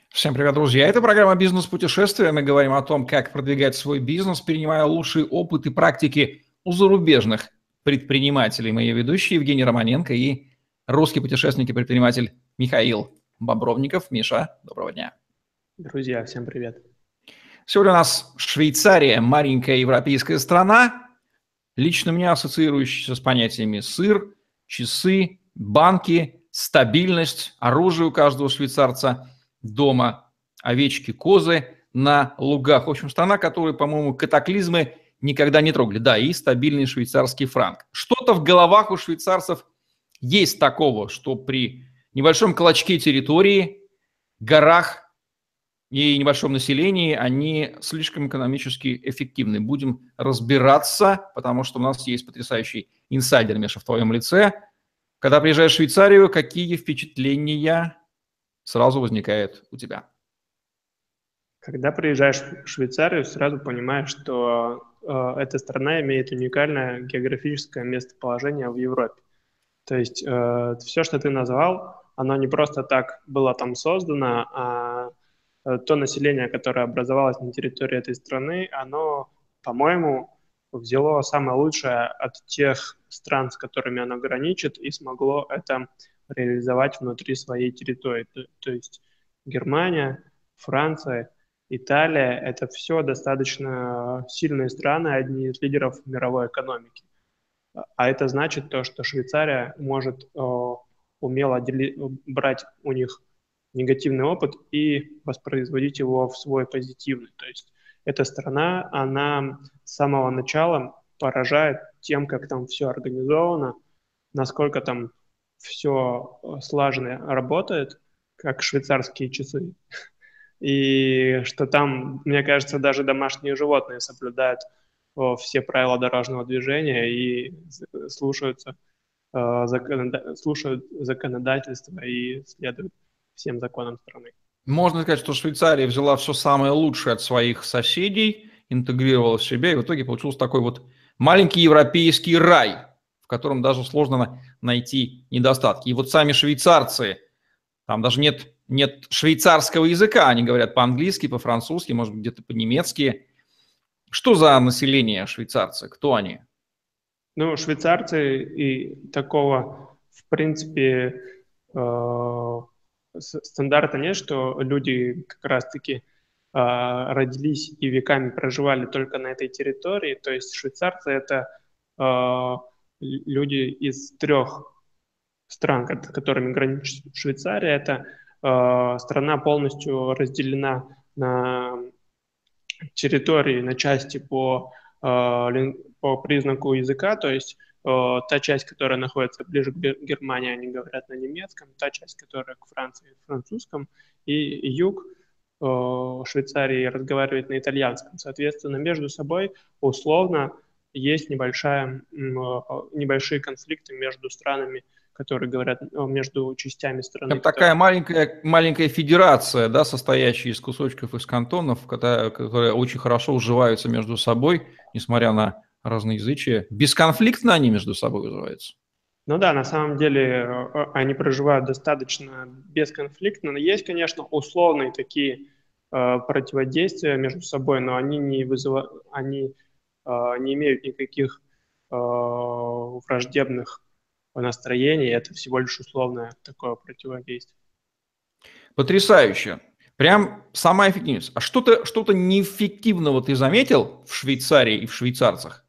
Всем привет, друзья! Это программа «Бизнес-путешествия». Мы говорим о том, как продвигать свой бизнес, перенимая лучший опыт и практики у зарубежных предпринимателей. Мои ведущие Евгений Романенко и русский путешественник и предприниматель Михаил Бобровников. Миша, доброго дня! Друзья, всем привет! Сегодня у нас Швейцария, маленькая европейская страна, лично меня ассоциирующаяся с понятиями сыр, часы, банки, стабильность, оружие у каждого швейцарца дома, овечки, козы на лугах. В общем, страна, которую, по-моему, катаклизмы никогда не трогали. Да, и стабильный швейцарский франк. Что-то в головах у швейцарцев есть такого, что при небольшом клочке территории, горах и небольшом населении они слишком экономически эффективны. Будем разбираться, потому что у нас есть потрясающий инсайдер, Миша, в твоем лице. Когда приезжаешь в Швейцарию, какие впечатления сразу возникают у тебя? Когда приезжаешь в Швейцарию, сразу понимаешь, что эта страна имеет уникальное географическое местоположение в Европе. То есть все, что ты назвал, оно не просто так было там создано, а то население, которое образовалось на территории этой страны, оно, по-моему, взяло самое лучшее от тех стран, с которыми оно граничит, и смогло это реализовать внутри своей территории. То есть Германия, Франция, Италия — это все достаточно сильные страны, одни из лидеров мировой экономики. А это значит то, что Швейцария может умело брать у них негативный опыт и воспроизводить его в свой позитивный. То есть эта страна, она с самого начала поражает тем, как там все организовано, насколько там все слаженно работает, как швейцарские часы. И что там, мне кажется, даже домашние животные соблюдают все правила дорожного движения и слушают законодательство и следуют всем законам страны. Можно сказать, что Швейцария взяла все самое лучшее от своих соседей, интегрировала в себя, и в итоге получился такой вот маленький европейский рай, в котором даже сложно найти недостатки. И вот сами швейцарцы, там даже нет швейцарского языка, они говорят по-английски, по-французски, может быть, где-то по-немецки. Что за население швейцарцы? Кто они? Ну, швейцарцы и такого, в принципе, стандарта нет, что люди как раз-таки родились и веками проживали только на этой территории. То есть швейцарцы — это люди из 3 стран, с которыми граничит Швейцария. Это страна полностью разделена на территории, на части по признаку языка, то есть та часть, которая находится ближе к Германии, они говорят на немецком, та часть, которая к Франции, французском, и юг Швейцарии разговаривает на итальянском. Соответственно, между собой условно есть небольшие конфликты между странами, которые говорят между частями страны. Это такая маленькая федерация, да, состоящая из кусочков, из кантонов, которые очень хорошо уживаются между собой, несмотря на разноязычие. Бесконфликтно они между собой уживаются. Ну да, на самом деле они проживают достаточно бесконфликтно. Но есть, конечно, условные такие противодействия между собой, но они не имеют никаких враждебных настроений. Это всего лишь условное такое противодействие. Потрясающе. Прям сама эффективность. А что-то неэффективного ты заметил в Швейцарии и в швейцарцах?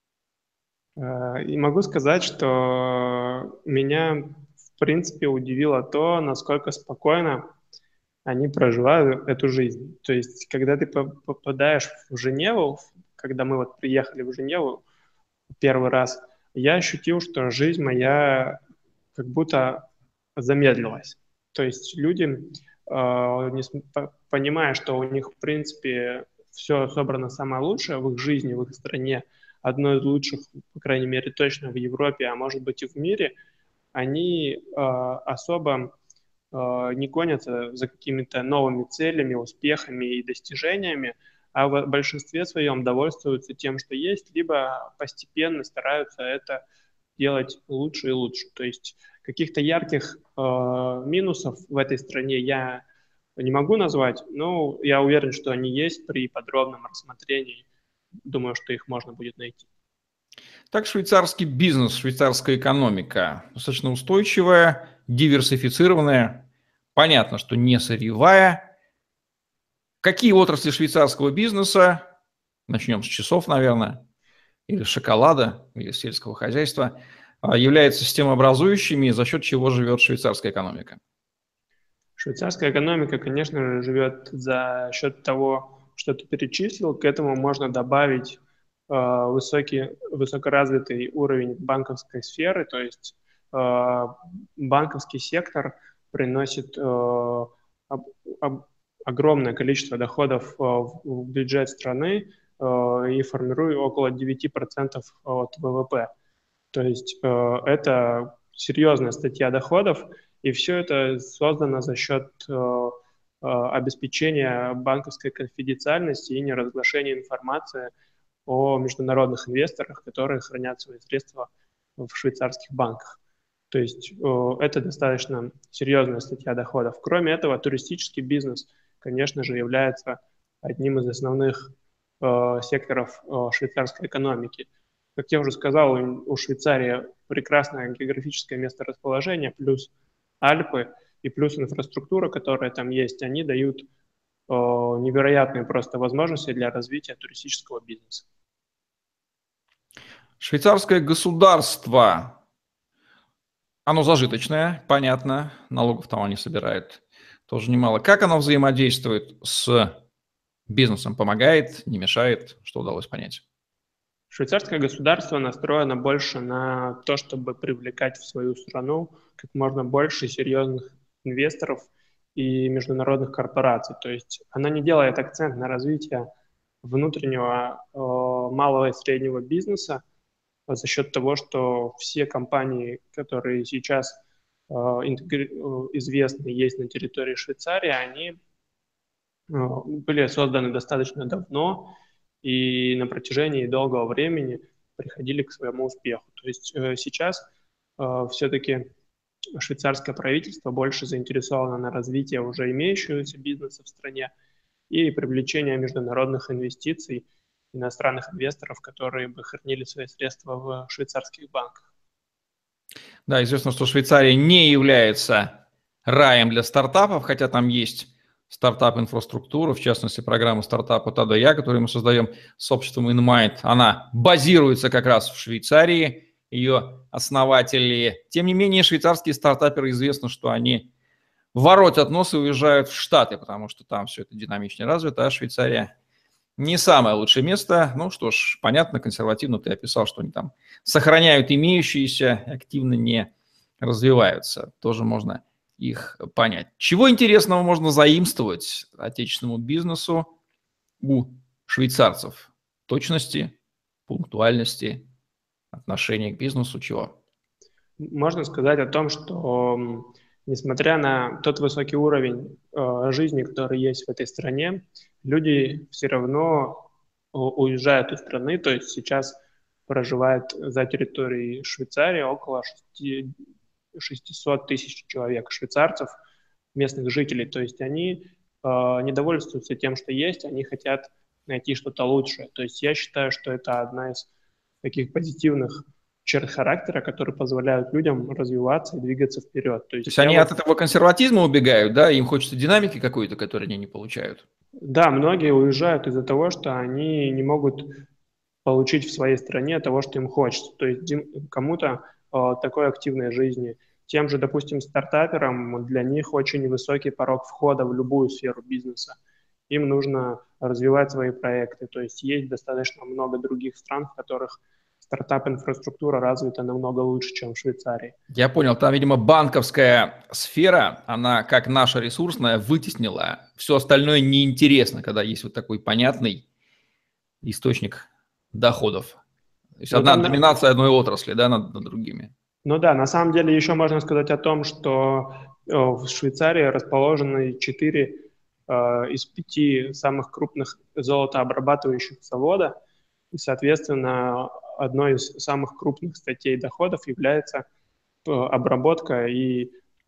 И могу сказать, что меня, в принципе, удивило то, насколько спокойно они проживают эту жизнь. То есть, когда ты попадаешь в Женеву, когда мы вот приехали в Женеву первый раз, я ощутил, что жизнь моя как будто замедлилась. То есть люди, понимая, что у них, в принципе, все собрано самое лучшее в их жизни, в их стране, одно из лучших, по крайней мере, точно в Европе, а может быть и в мире, они особо не гонятся за какими-то новыми целями, успехами и достижениями, а в большинстве своем довольствуются тем, что есть, либо постепенно стараются это делать лучше и лучше. То есть каких-то ярких минусов в этой стране я не могу назвать, но я уверен, что они есть при подробном рассмотрении. Думаю, что их можно будет найти. Так, швейцарский бизнес, швейцарская экономика достаточно устойчивая, диверсифицированная. Понятно, что не сырьевая. Какие отрасли швейцарского бизнеса, начнем с часов, наверное, или шоколада, или сельского хозяйства, являются системообразующими, за счет чего живет швейцарская экономика? Швейцарская экономика, конечно же, живет за счет того, что ты перечислил. К этому можно добавить высокоразвитый уровень банковской сферы, то есть банковский сектор приносит огромное количество доходов в бюджет страны и формирует около 9% от ВВП. То есть это серьезная статья доходов, и все это создано за счет обеспечения банковской конфиденциальности и неразглашения информации о международных инвесторах, которые хранят свои средства в швейцарских банках. То есть это достаточно серьезная статья доходов. Кроме этого, туристический бизнес, конечно же, является одним из основных секторов швейцарской экономики. Как я уже сказал, у Швейцарии прекрасное географическое месторасположение, плюс Альпы и плюс инфраструктура, которая там есть, они дают невероятные просто возможности для развития туристического бизнеса. Швейцарское государство, оно зажиточное, понятно, налогов там они собирают тоже немало. Как оно взаимодействует с бизнесом? Помогает, не мешает? Что удалось понять? Швейцарское государство настроено больше на то, чтобы привлекать в свою страну как можно больше серьезных инвесторов и международных корпораций. То есть она не делает акцент на развитие внутреннего малого и среднего бизнеса за счет того, что все компании, которые сейчас известны есть на территории Швейцарии, они были созданы достаточно давно и на протяжении долгого времени приходили к своему успеху. То есть сейчас все-таки швейцарское правительство больше заинтересовано на развитии уже имеющегося бизнеса в стране и привлечение международных инвестиций, иностранных инвесторов, которые бы хранили свои средства в швейцарских банках. Да, известно, что Швейцария не является раем для стартапов, хотя там есть стартап-инфраструктура, в частности, программа стартапа ТАДОЯ, которую мы создаем с обществом InMind. Она базируется как раз в Швейцарии, ее основатели. Тем не менее, швейцарские стартаперы известно, что они воротят нос и уезжают в Штаты, потому что там все это динамичнее развито, а Швейцария не самое лучшее место. Ну что ж, понятно, консервативно ты описал, что они там сохраняют имеющиеся, активно не развиваются. Тоже можно их понять. Чего интересного можно заимствовать отечественному бизнесу у швейцарцев? Точности, пунктуальности, отношения к бизнесу, чего? Можно сказать о том, что несмотря на тот высокий уровень жизни, который есть в этой стране, люди все равно уезжают из страны, то есть сейчас проживает за территорией Швейцарии около 600 тысяч человек, швейцарцев, местных жителей. То есть они не довольствуются тем, что есть, они хотят найти что-то лучшее. То есть я считаю, что это одна из таких позитивных черт характера, которые позволяют людям развиваться и двигаться вперед. То есть они от этого консерватизма убегают, да, им хочется динамики какой-то, которую они не получают? Да, многие уезжают из-за того, что они не могут получить в своей стране того, что им хочется. То есть кому-то такой активной жизни. Тем же, допустим, стартаперам, для них очень высокий порог входа в любую сферу бизнеса. Им нужно развивать свои проекты. То есть есть достаточно много других стран, в которых стартап-инфраструктура развита намного лучше, чем в Швейцарии. Я понял, там, видимо, банковская сфера, она, как наша ресурсная, вытеснила. Все остальное неинтересно, когда есть вот такой понятный источник доходов. То есть одна доминация одной отрасли, да, над другими. Ну да, на самом деле еще можно сказать о том, что в Швейцарии расположены 4 из 5 самых крупных золотообрабатывающих завода, и, соответственно, одной из самых крупных статей доходов является обработка и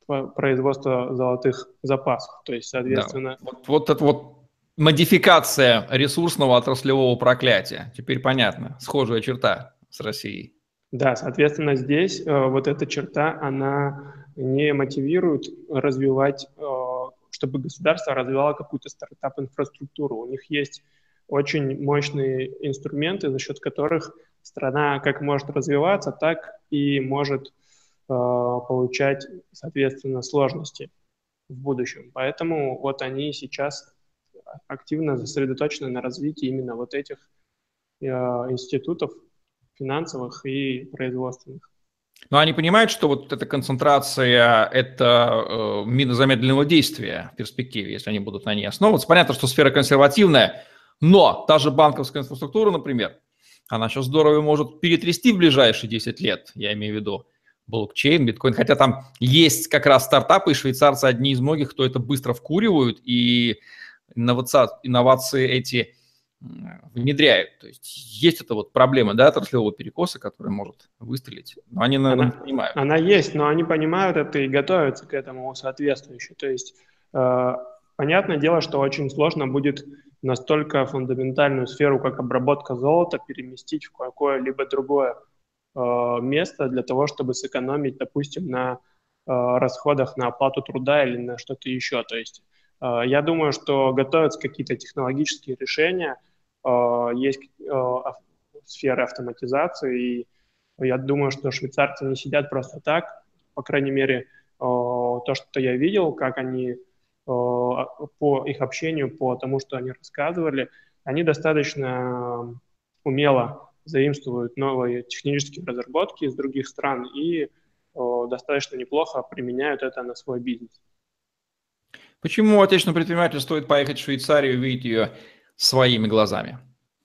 производства золотых запасов. То есть, Да. соответственно... Вот это вот модификация ресурсного отраслевого проклятия. Теперь понятно. Схожая черта с Россией. Да, соответственно, здесь вот эта черта, она не мотивирует развивать, чтобы государство развивало какую-то стартап-инфраструктуру. У них есть очень мощные инструменты, за счет которых страна как может развиваться, так и может получать, соответственно, сложности в будущем. Поэтому вот они сейчас активно сосредоточены на развитии именно вот этих институтов финансовых и производственных. Но они понимают, что вот эта концентрация – это мина замедленного действия в перспективе, если они будут на ней основываться. Понятно, что сфера консервативная, но та же банковская инфраструктура, например, она сейчас здорово может перетрясти в ближайшие 10 лет, я имею в виду блокчейн, биткоин, хотя там есть как раз стартапы, и швейцарцы одни из многих, кто это быстро вкуривают, и инновации эти внедряют. То есть эта вот проблема, да, отраслевого перекоса, которая может выстрелить. Но они, наверное, понимают. Она есть, но они понимают это и готовятся к этому соответствующе. То есть понятное дело, что очень сложно будет настолько фундаментальную сферу, как обработка золота, переместить в какое-либо другое место для того, чтобы сэкономить, допустим, на расходах на оплату труда или на что-то еще. То есть я думаю, что готовятся какие-то технологические решения, есть сферы автоматизации, и я думаю, что швейцарцы не сидят просто так, по крайней мере, то, что я видел, как они по их общению, по тому, что они рассказывали, они достаточно умело заимствуют новые технические разработки из других стран и достаточно неплохо применяют это на свой бизнес. Почему отечественному предпринимателю стоит поехать в Швейцарию и увидеть ее своими глазами?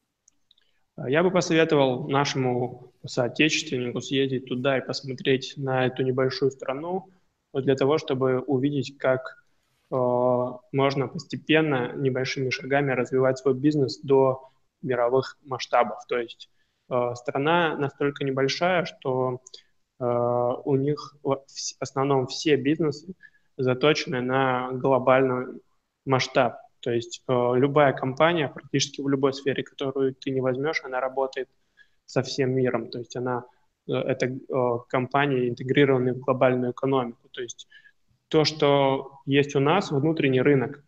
Я бы посоветовал нашему соотечественнику съездить туда и посмотреть на эту небольшую страну, для того, чтобы увидеть, как можно постепенно, небольшими шагами развивать свой бизнес до мировых масштабов. То есть страна настолько небольшая, что у них в основном все бизнесы заточены на глобальный масштаб. То есть любая компания, практически в любой сфере, которую ты не возьмешь, она работает со всем миром. То есть это компании, интегрированные в глобальную экономику. То есть то, что есть у нас, внутренний рынок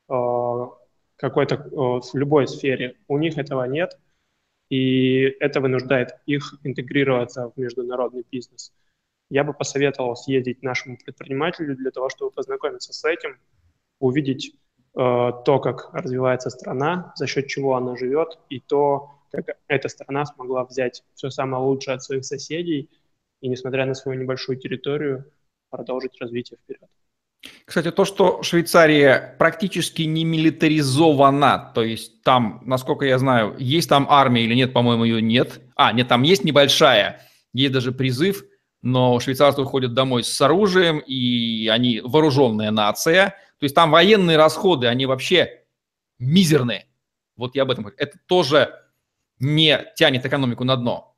какой-то в любой сфере, у них этого нет, и это вынуждает их интегрироваться в международный бизнес. Я бы посоветовал съездить нашему предпринимателю для того, чтобы познакомиться с этим, увидеть то, как развивается страна, за счет чего она живет, и то, как эта страна смогла взять все самое лучшее от своих соседей и, несмотря на свою небольшую территорию, продолжить развитие вперед. Кстати, то, что Швейцария практически не милитаризована, то есть там, насколько я знаю, есть там армия или нет, по-моему, ее нет. Нет, там есть небольшая, есть даже призыв, но швейцарцы уходят домой с оружием, и они вооруженная нация. То есть там военные расходы, они вообще мизерные. Вот я об этом говорю. Это тоже не тянет экономику на дно.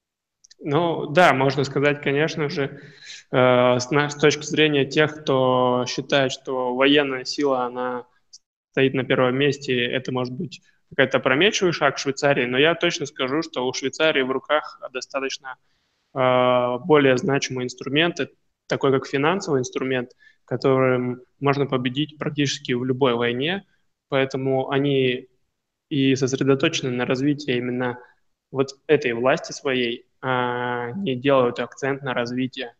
Ну да, можно сказать, конечно же, с точки зрения тех, кто считает, что военная сила, она стоит на первом месте, это может быть какой-то опрометчивый шаг Швейцарии, но я точно скажу, что у Швейцарии в руках достаточно более значимый инструмент, такой как финансовый инструмент, которым можно победить практически в любой войне, поэтому они и сосредоточены на развитии именно вот этой власти своей, а не делают акцент на развитие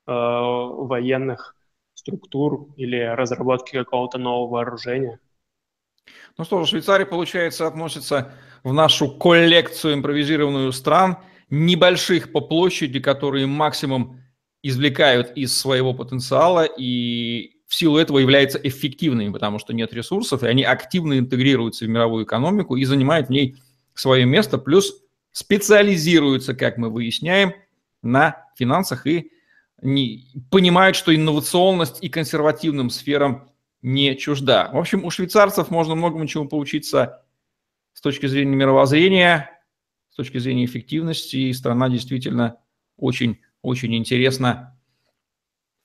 военных структур или разработки какого-то нового вооружения. Ну что же, Швейцария, получается, относится в нашу коллекцию импровизированную стран, небольших по площади, которые максимум извлекают из своего потенциала и в силу этого являются эффективными, потому что нет ресурсов, и они активно интегрируются в мировую экономику и занимают в ней свое место, плюс специализируются, как мы выясняем, на финансах и понимают, что инновационность и консервативным сферам не чужда. В общем, у швейцарцев можно многому чему поучиться с точки зрения мировоззрения, с точки зрения эффективности, и страна действительно очень-очень интересна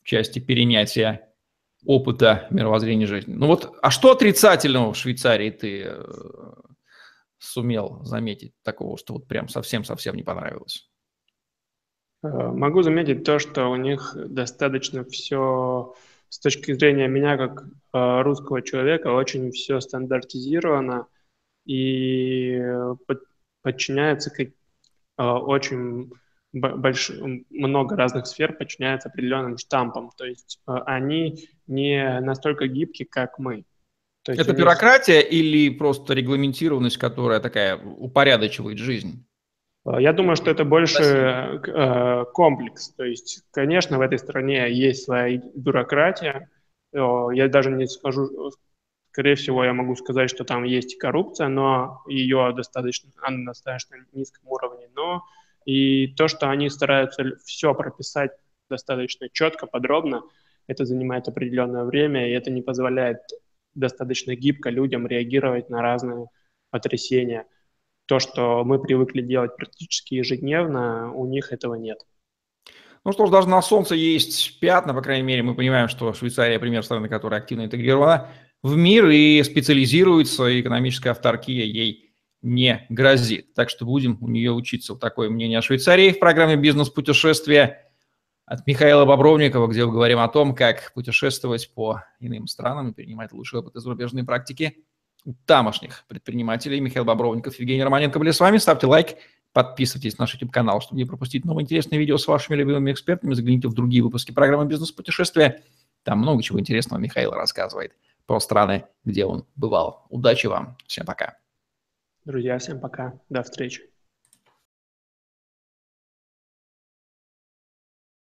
в части перенятия опыта мировоззрения жизни. Ну вот, а что отрицательного в Швейцарии ты сумел заметить такого, что вот прям совсем-совсем не понравилось? Могу заметить то, что у них достаточно все с точки зрения меня как русского человека очень все стандартизировано и подчиняется очень много разных сфер подчиняется определенным штампам. То есть они не настолько гибкие, как мы. То есть Это у них... бюрократия или просто регламентированность, которая такая упорядочивает жизнь? Я думаю, что это больше комплекс. То есть, конечно, в этой стране есть своя бюрократия. Я даже не скажу, скорее всего, я могу сказать, что там есть коррупция, но она на достаточно низком уровне. Но и то, что они стараются все прописать достаточно четко, подробно, это занимает определенное время, и это не позволяет достаточно гибко людям реагировать на разные потрясения. То, что мы привыкли делать практически ежедневно, у них этого нет. Ну что ж, даже на солнце есть пятна, по крайней мере, мы понимаем, что Швейцария пример страны, которая активно интегрирована в мир и специализируется, и экономическая авторкия ей не грозит. Так что будем у нее учиться. Вот такое мнение о Швейцарии в программе «Бизнес-путешествие» от Михаила Бобровникова, где мы говорим о том, как путешествовать по иным странам и перенимать лучший опыт из зарубежной практики у тамошних предпринимателей. Михаил Бобровников, Евгений Романенко были с вами. Ставьте лайк, подписывайтесь на наш YouTube-канал, чтобы не пропустить новые интересные видео с вашими любимыми экспертами. Загляните в другие выпуски программы «Бизнес-путешествия». Там много чего интересного Михаил рассказывает про страны, где он бывал. Удачи вам. Всем пока. Друзья, всем пока. До встречи.